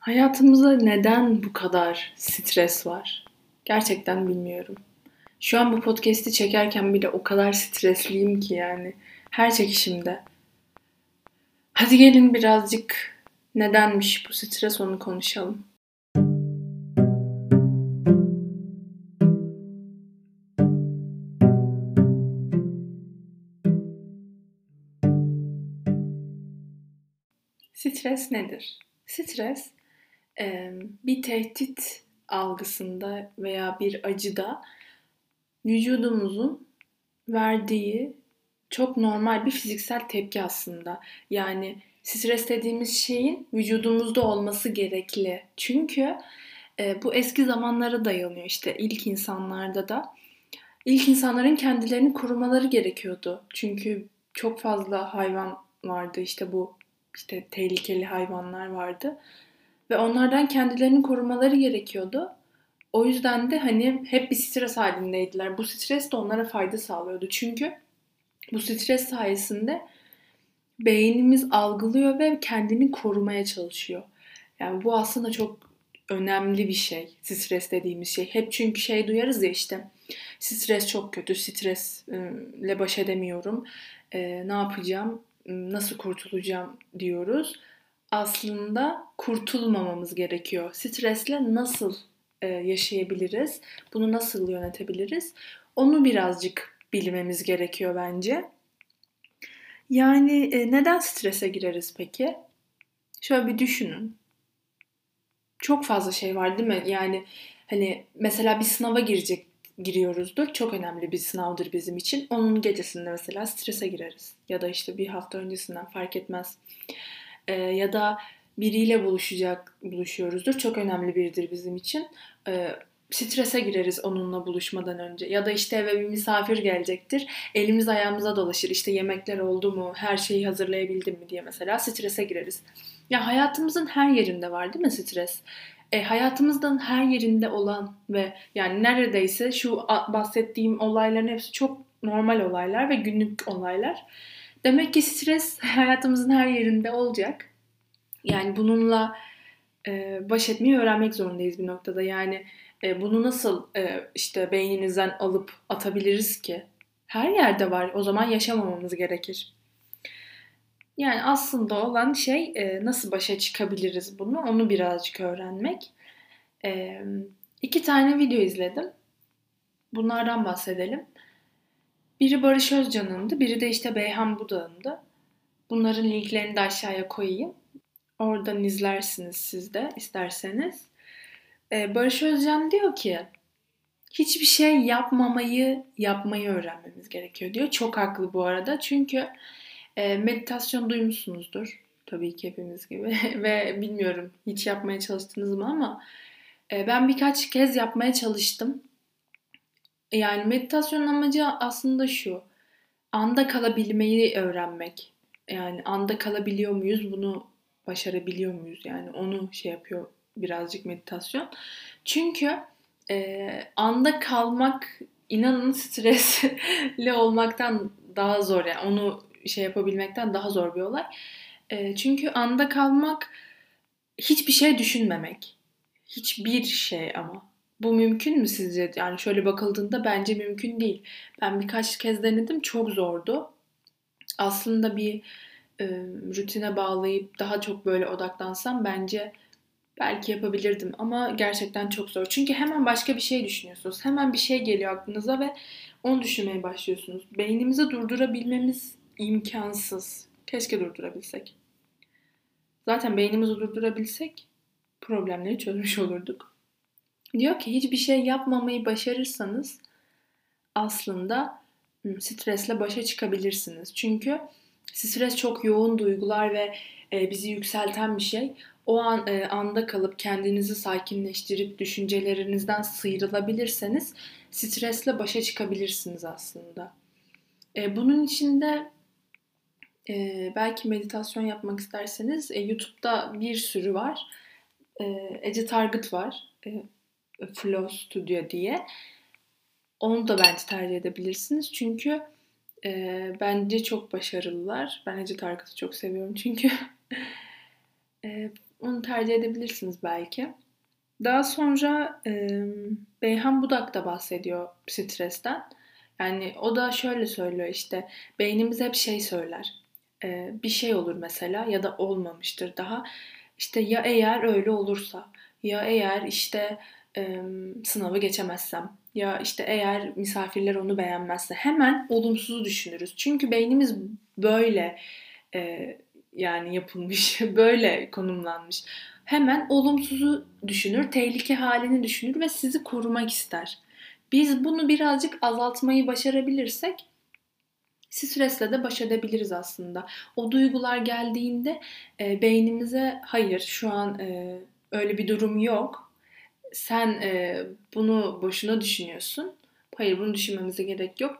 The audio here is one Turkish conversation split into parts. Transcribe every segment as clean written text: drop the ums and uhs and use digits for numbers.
Hayatımızda neden bu kadar stres var? Gerçekten bilmiyorum. Şu an bu podcast'i çekerken bile o kadar stresliyim ki yani her çekişimde. Hadi gelin birazcık nedenmiş bu stres onu konuşalım. Stres nedir? Stres bir tehdit algısında veya bir acıda vücudumuzun verdiği çok normal bir fiziksel tepki aslında. Yani stres dediğimiz şeyin vücudumuzda olması gerekli. Çünkü bu eski zamanlara dayanıyor işte ilk insanlarda da. İlk insanların kendilerini korumaları gerekiyordu. Çünkü çok fazla hayvan vardı işte bu işte tehlikeli hayvanlar vardı. Ve onlardan kendilerini korumaları gerekiyordu. O yüzden de hani hep bir stres halindeydiler. Bu stres de onlara fayda sağlıyordu. Çünkü bu stres sayesinde beynimiz algılıyor ve kendini korumaya çalışıyor. Yani bu aslında çok önemli bir şey. Stres dediğimiz şey. Hep çünkü şey duyarız ya işte. Stres çok kötü. Stresle baş edemiyorum. Ne yapacağım? Nasıl kurtulacağım diyoruz. Aslında kurtulmamamız gerekiyor. Stresle nasıl yaşayabiliriz? Bunu nasıl yönetebiliriz? Onu birazcık bilmemiz gerekiyor bence. Yani neden strese gireriz peki? Şöyle bir düşünün. Çok fazla şey var değil mi? Yani hani mesela bir sınava giriyoruzdur. Çok önemli bir sınavdır bizim için. Onun gecesinde mesela strese gireriz. Ya da işte bir hafta öncesinden fark etmez. Ya da biriyle buluşuyoruzdur. Çok önemli biridir bizim için. Strese gireriz onunla buluşmadan önce. Ya da işte eve bir misafir gelecektir. Elimiz ayağımıza dolaşır. İşte yemekler oldu mu, her şeyi hazırlayabildim mi diye mesela strese gireriz. Ya hayatımızın her yerinde var değil mi stres? Hayatımızdan her yerinde olan ve yani neredeyse şu bahsettiğim olayların hepsi çok normal olaylar ve günlük olaylar. Demek ki stres hayatımızın her yerinde olacak. Yani bununla baş etmeyi öğrenmek zorundayız bir noktada. Yani bunu nasıl işte beyninizden alıp atabiliriz ki? Her yerde var. O zaman yaşamamamız gerekir. Yani aslında olan şey nasıl başa çıkabiliriz bunu, onu birazcık öğrenmek. E, iki tane video izledim. Bunlardan bahsedelim. Biri Barış Özcan'ındı, biri de işte Beyhan Budak'ındı. Bunların linklerini de aşağıya koyayım. Oradan izlersiniz siz de isterseniz. Barış Özcan diyor ki hiçbir şey yapmayı öğrenmemiz gerekiyor diyor. Çok haklı bu arada. Çünkü meditasyon duymuşsunuzdur. Tabii ki hepimiz gibi. Ve bilmiyorum hiç yapmaya çalıştınız mı ama ben birkaç kez yapmaya çalıştım. Yani meditasyonun amacı aslında şu. Anda kalabilmeyi öğrenmek. Yani anda kalabiliyor muyuz? Bunu başarabiliyor muyuz? Yani onu şey yapıyor birazcık meditasyon. Çünkü anda kalmak inanın stresli olmaktan daha zor. Yani onu şey yapabilmekten daha zor bir olay. Çünkü anda kalmak hiçbir şey düşünmemek. Hiçbir şey ama. Bu mümkün mü sizce? Yani şöyle bakıldığında bence mümkün değil. Ben birkaç kez denedim, çok zordu. Aslında bir e, rutine bağlayıp daha çok böyle odaklansam bence belki yapabilirdim ama gerçekten çok zor. Çünkü hemen başka bir şey düşünüyorsunuz. Hemen bir şey geliyor aklınıza ve onu düşünmeye başlıyorsunuz. Beynimizi durdurabilmemiz imkansız. Keşke durdurabilsek. Zaten beynimizi durdurabilsek problemleri çözmüş olurduk. Diyor ki hiçbir şey yapmamayı başarırsanız aslında stresle başa çıkabilirsiniz. Çünkü stres çok yoğun duygular ve bizi yükselten bir şey. O anda kalıp kendinizi sakinleştirip düşüncelerinizden sıyrılabilirseniz stresle başa çıkabilirsiniz aslında. Bunun için de belki meditasyon yapmak isterseniz YouTube'da bir sürü var. Ece Targıt var. Flow Studio diye. Onu da bence tercih edebilirsiniz. Çünkü bence çok başarılılar. Ben Ece Targıt'ı çok seviyorum çünkü. Onu tercih edebilirsiniz belki. Daha sonra Beyhan Budak da bahsediyor stresten. Yani o da şöyle söylüyor işte beynimiz hep şey söyler. Bir şey olur mesela ya da olmamıştır daha. İşte ya eğer öyle olursa ya eğer işte sınavı geçemezsem ya işte eğer misafirler onu beğenmezse hemen olumsuzu düşünürüz. Çünkü beynimiz böyle e, yani yapılmış, böyle konumlanmış. Hemen olumsuzu düşünür, tehlike halini düşünür ve sizi korumak ister. Biz bunu birazcık azaltmayı başarabilirsek stresle de baş edebiliriz aslında. O duygular geldiğinde beynimize hayır şu an öyle bir durum yok. Sen bunu boşuna düşünüyorsun. Hayır bunu düşünmemize gerek yok.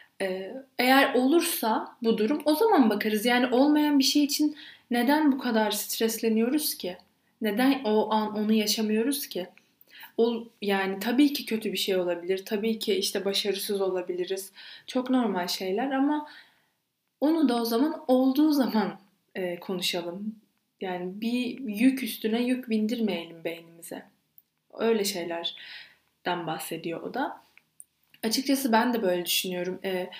Eğer olursa bu durum o zaman bakarız. Yani olmayan bir şey için neden bu kadar stresleniyoruz ki? Neden o an onu yaşamıyoruz ki? Yani tabii ki kötü bir şey olabilir. Tabii ki işte başarısız olabiliriz. Çok normal şeyler ama onu da o zaman olduğu zaman konuşalım. Yani bir yük üstüne yük bindirmeyelim beynimize. Öyle şeylerden bahsediyor o da. Açıkçası ben de böyle düşünüyorum.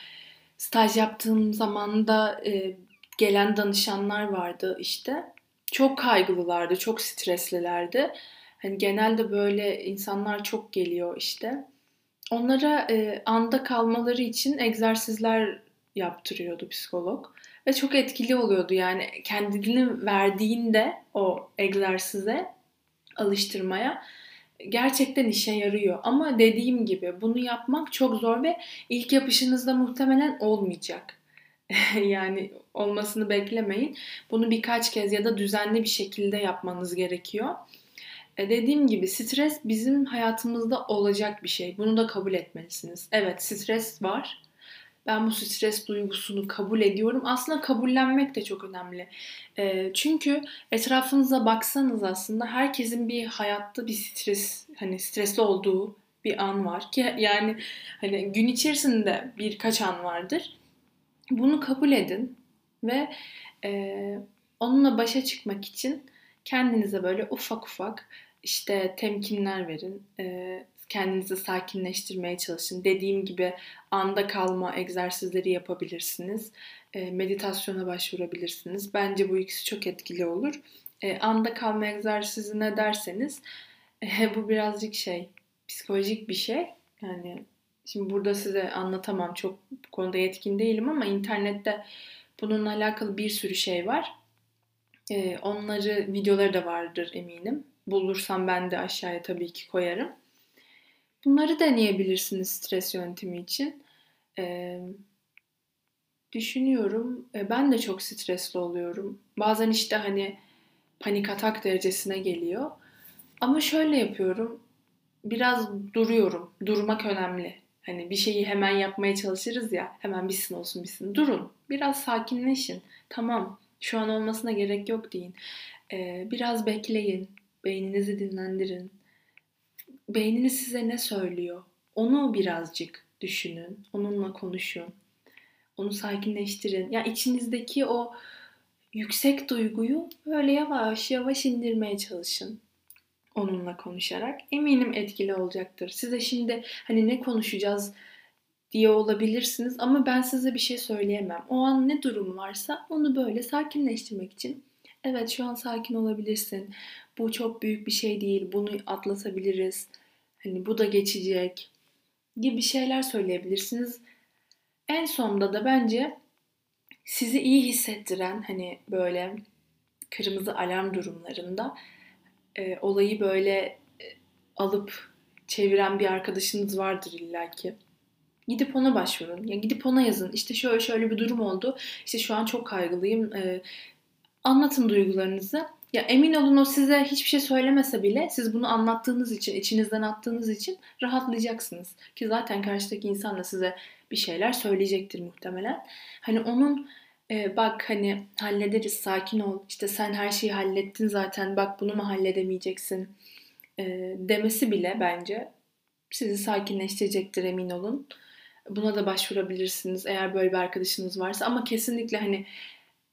Staj yaptığım zaman da gelen danışanlar vardı işte. Çok kaygılılardı, çok streslilerdi. Hani genelde böyle insanlar çok geliyor işte. Onlara anda kalmaları için egzersizler yaptırıyordu psikolog. Ve çok etkili oluyordu yani kendini verdiğinde o egzersize, alıştırmaya gerçekten işe yarıyor. Ama dediğim gibi bunu yapmak çok zor ve ilk yapışınızda muhtemelen olmayacak. Yani olmasını beklemeyin. Bunu birkaç kez ya da düzenli bir şekilde yapmanız gerekiyor. Dediğim gibi stres bizim hayatımızda olacak bir şey. Bunu da kabul etmelisiniz. Evet, stres var. Ben bu stres duygusunu kabul ediyorum. Aslında kabullenmek de çok önemli. Çünkü etrafınıza baksanız aslında herkesin bir hayatta bir hani stresli olduğu bir an var ki yani hani gün içerisinde birkaç an vardır. Bunu kabul edin ve e, onunla başa çıkmak için kendinize böyle ufak ufak işte temkinler verin. Kendinizi sakinleştirmeye çalışın. Dediğim gibi anda kalma egzersizleri yapabilirsiniz. Meditasyona başvurabilirsiniz. Bence bu ikisi çok etkili olur. Anda kalma egzersizi ne derseniz bu birazcık psikolojik bir şey. Yani şimdi burada size anlatamam. Çok bu konuda yetkin değilim ama internette bununla alakalı bir sürü şey var. Onları videoları da vardır eminim. Bulursam ben de aşağıya tabii ki koyarım. Bunları deneyebilirsiniz stres yönetimi için. Ee, Düşünüyorum. Ben de çok stresli oluyorum. Bazen işte hani panik atak derecesine geliyor. Ama şöyle yapıyorum. Biraz duruyorum. Durmak önemli. Hani bir şeyi hemen yapmaya çalışırız ya. Hemen bitsin olsun bitsin. Durun. Biraz sakinleşin. Tamam. Şu an olmasına gerek yok deyin. Biraz bekleyin. Beyninizi dinlendirin. Beyniniz size ne söylüyor? Onu birazcık düşünün. Onunla konuşun. Onu sakinleştirin. Ya içinizdeki o yüksek duyguyu böyle yavaş yavaş indirmeye çalışın. Onunla konuşarak. Eminim etkili olacaktır. Size şimdi hani ne konuşacağız diye olabilirsiniz ama ben size bir şey söyleyemem. O an ne durum varsa onu böyle sakinleştirmek için evet şu an sakin olabilirsin. Bu çok büyük bir şey değil. Bunu atlatabiliriz. Hani bu da geçecek gibi şeyler söyleyebilirsiniz. En sonunda da bence sizi iyi hissettiren hani böyle kırmızı alarm durumlarında olayı böyle alıp çeviren bir arkadaşınız vardır illaki. Gidip ona başvurun. Ya gidip ona yazın. İşte şöyle şöyle bir durum oldu. İşte şu an çok kaygılıyım. Anlatın duygularınızı. Ya emin olun o size hiçbir şey söylemese bile siz bunu anlattığınız için, içinizden attığınız için rahatlayacaksınız. Ki zaten karşıdaki insan da size bir şeyler söyleyecektir muhtemelen. Hani onun bak hani hallederiz sakin ol. İşte sen her şeyi hallettin zaten bak bunu mu halledemeyeceksin demesi bile bence sizi sakinleştirecektir emin olun. Buna da başvurabilirsiniz eğer böyle bir arkadaşınız varsa ama kesinlikle hani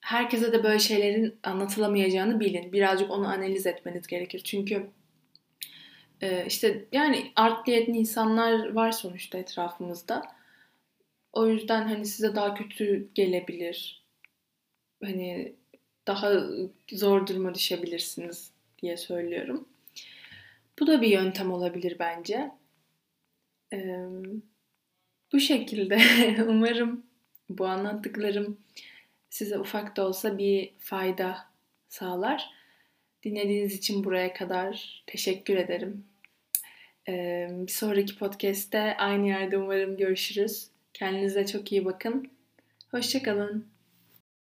herkese de böyle şeylerin anlatılamayacağını bilin. Birazcık onu analiz etmeniz gerekir. Çünkü işte yani art niyetli insanlar var sonuçta etrafımızda. O yüzden hani size daha kötü gelebilir. Hani daha zor duruma düşebilirsiniz diye söylüyorum. Bu da bir yöntem olabilir bence. Ee, Bu şekilde umarım bu anlattıklarım size ufak da olsa bir fayda sağlar. Dinlediğiniz için buraya kadar teşekkür ederim. Bir sonraki podcast'te aynı yerde umarım görüşürüz. Kendinize çok iyi bakın. Hoşça kalın.